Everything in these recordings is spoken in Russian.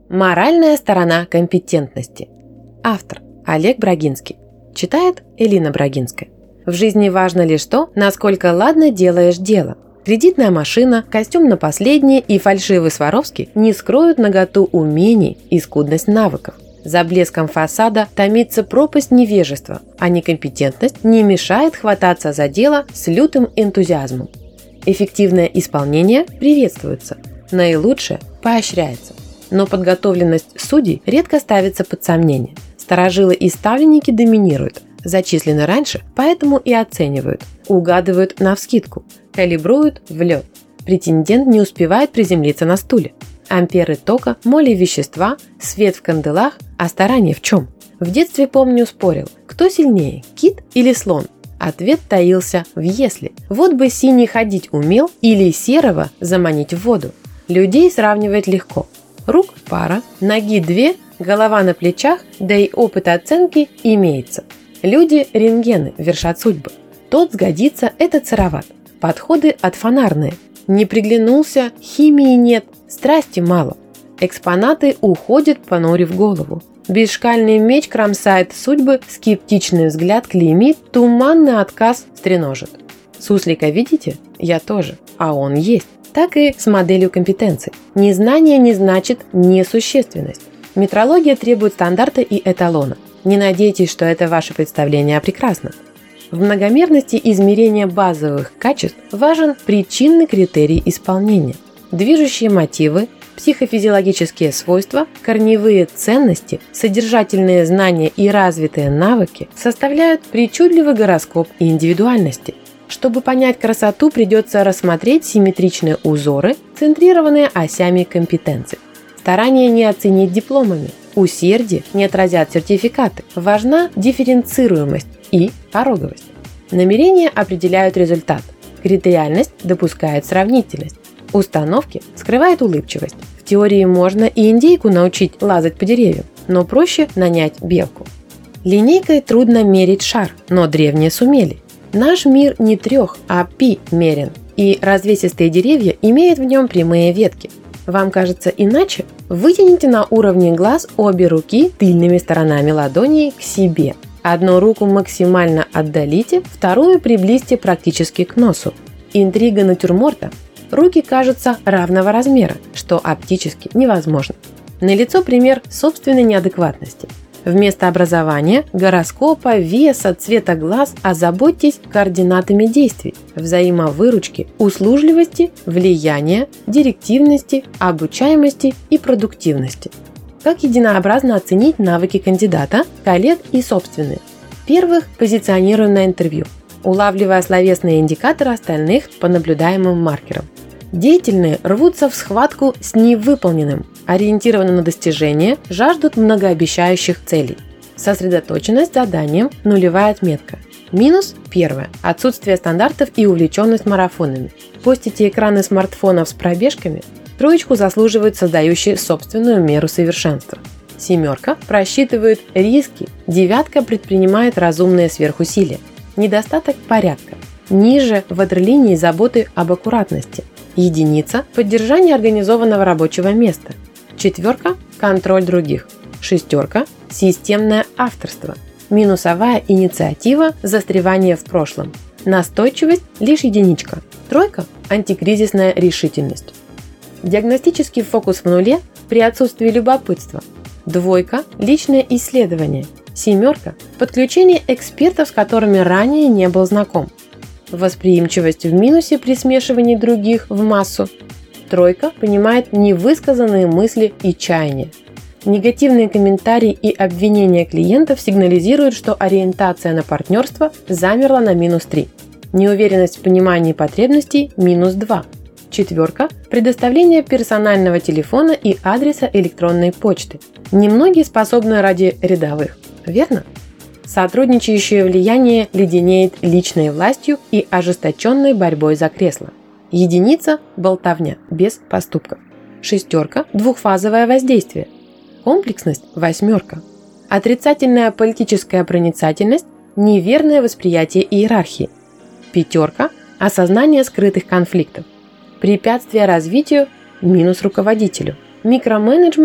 Моральная сторона компетентности. Автор Олег Брагинский. Читает Элина Брагинская. В жизни важно лишь то, насколько ладно делаешь дело. Кредитная машина, костюм на последнее и фальшивый Сваровский не скроют наготу умений и скудность навыков. За блеском фасада томится пропасть невежества, а некомпетентность не мешает хвататься за дело с лютым энтузиазмом. Эффективное исполнение приветствуется, наилучшее поощряется. Но подготовленность судей редко ставится под сомнение. Старожилы и ставленники доминируют, зачислены раньше, поэтому и оценивают, угадывают навскидку, калибруют в лед. Претендент не успевает приземлиться на стуле. Амперы тока, моли вещества, свет в канделах, а старание в чем? В детстве, помню, спорил, кто сильнее, кит или слон? Ответ таился в «если». Вот бы синий ходить умел или серого заманить в воду. Людей сравнивать легко. Рук пара, ноги две, голова на плечах, да и опыт оценки имеется. Люди рентгены вершат судьбы. Тот сгодится, этот сыроват. Подходы отфонарные. Не приглянулся, химии нет, страсти мало. Экспонаты уходят, понурив голову. Безшкальный меч кромсает судьбы, скептичный взгляд клеймит, туманный отказ стреножит. Суслика видите? Я тоже, а он есть. Так и с моделью компетенций. Незнание не значит несущественность. Метрология требует стандарта и эталона. Не надейтесь, что это ваше представление о прекрасном. В многомерности измерения базовых качеств важен причинный критерий исполнения. Движущие мотивы, психофизиологические свойства, корневые ценности, содержательные знания и развитые навыки составляют причудливый гороскоп индивидуальности. Чтобы понять красоту, придется рассмотреть симметричные узоры, центрированные осями компетенций. Старания не оценить дипломами, усердие не отразят сертификаты. Важна дифференцируемость и пороговость. Намерения определяют результат. Критериальность допускает сравнительность. Установки скрывает улыбчивость. В теории можно и индейку научить лазать по деревьям, но проще нанять белку. Линейкой трудно мерить шар, но древние сумели. Наш мир не трех, а пи мерен, и развесистые деревья имеют в нем прямые ветки. Вам кажется иначе? Вытяните на уровне глаз обе руки тыльными сторонами ладоней к себе. Одну руку максимально отдалите, вторую приблизьте практически к носу. Интрига натюрморта. Руки кажутся равного размера, что оптически невозможно. Налицо пример собственной неадекватности. Вместо образования, гороскопа, веса, цвета глаз озаботьтесь координатами действий, взаимовыручки, услужливости, влияния, директивности, обучаемости и продуктивности. Как единообразно оценить навыки кандидата, коллег и собственные? Первых позиционируем на интервью, улавливая словесные индикаторы остальных по наблюдаемым маркерам. Деятельные рвутся в схватку с невыполненным, ориентированы на достижение, жаждут многообещающих целей. Сосредоточенность заданием – нулевая отметка. Минус – первое – отсутствие стандартов и увлеченность марафонами. Постите экраны смартфонов с пробежками, троечку заслуживают создающие собственную меру совершенства. Семерка просчитывает риски, девятка предпринимает разумные сверхусилия. Недостаток порядка. Ниже ватерлинии заботы об аккуратности. Единица – поддержание организованного рабочего места. Четверка – контроль других. Шестерка – системное авторство. Минусовая инициатива – застревание в прошлом. Настойчивость – лишь единичка. Тройка – антикризисная решительность. Диагностический фокус в нуле при отсутствии любопытства. Двойка – личное исследование. Семерка – подключение экспертов, с которыми ранее не был знаком. Восприимчивость в минусе при смешивании других в массу. Тройка понимает невысказанные мысли и чаяния. Негативные комментарии и обвинения клиентов сигнализируют, что ориентация на партнерство замерла на -3. Неуверенность в понимании потребностей – -2. Четверка – предоставление персонального телефона и адреса электронной почты. Немногие способны ради рядовых, верно? Сотрудничающее влияние леденеет личной властью и ожесточенной борьбой за кресло. Единица – болтовня, без поступков. Шестерка – двухфазовое воздействие. Комплексность – восьмерка. Отрицательная политическая проницательность – неверное восприятие иерархии. Пятерка – осознание скрытых конфликтов. Препятствие развитию – минус руководителю. Микроменеджмент –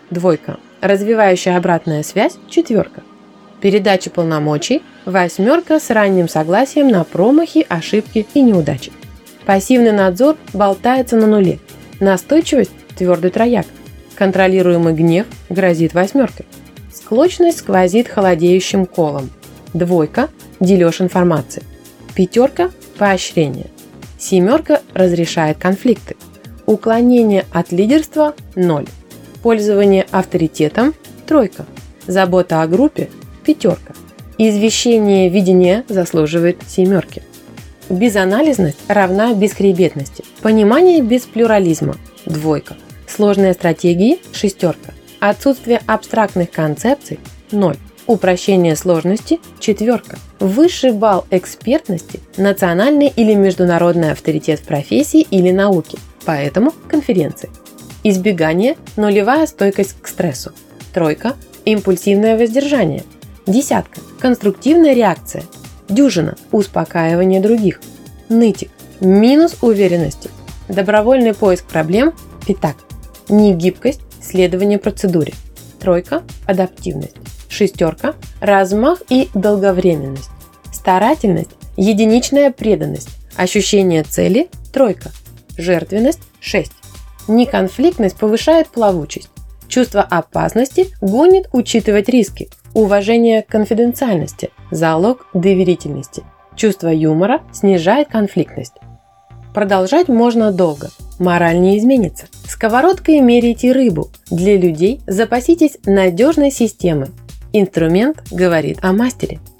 Двойка. Развивающая обратная связь – 4. Передача полномочий – 8 с ранним согласием на промахи, ошибки и неудачи. Пассивный надзор болтается на 0. Настойчивость – твердый трояк. Контролируемый гнев грозит 8. Склочность сквозит холодеющим колом. 2 – дележ информации. 5 – поощрение. 7 – разрешает конфликты. Уклонение от лидерства – 0. Пользование авторитетом – 3. Забота о группе – 5. Извещение видения заслуживает 7. Безанализность равна бесхребетности. Понимание без плюрализма – 2. Сложные стратегии – 6. Отсутствие абстрактных концепций – 0. Упрощение сложности – 4. Высший балл экспертности – национальный или международный авторитет в профессии или науке, поэтому конференции. Избегание – нулевая стойкость к стрессу. 3. Импульсивное воздержание. 10. Конструктивная реакция. Дюжина – успокаивание других. Нытик – минус уверенности. Добровольный поиск проблем – 5. Негибкость – следование процедуре. 3. Адаптивность. 6. Размах и долговременность. Старательность – единичная преданность. Ощущение цели – 3. Жертвенность – 6. Неконфликтность повышает плавучесть. Чувство опасности гонит учитывать риски. Уважение к конфиденциальности – залог доверительности. Чувство юмора снижает конфликтность. Продолжать можно долго. Мораль не изменится. Сковородкой меряйте рыбу. Для людей запаситесь надежной системой. Инструмент говорит о мастере.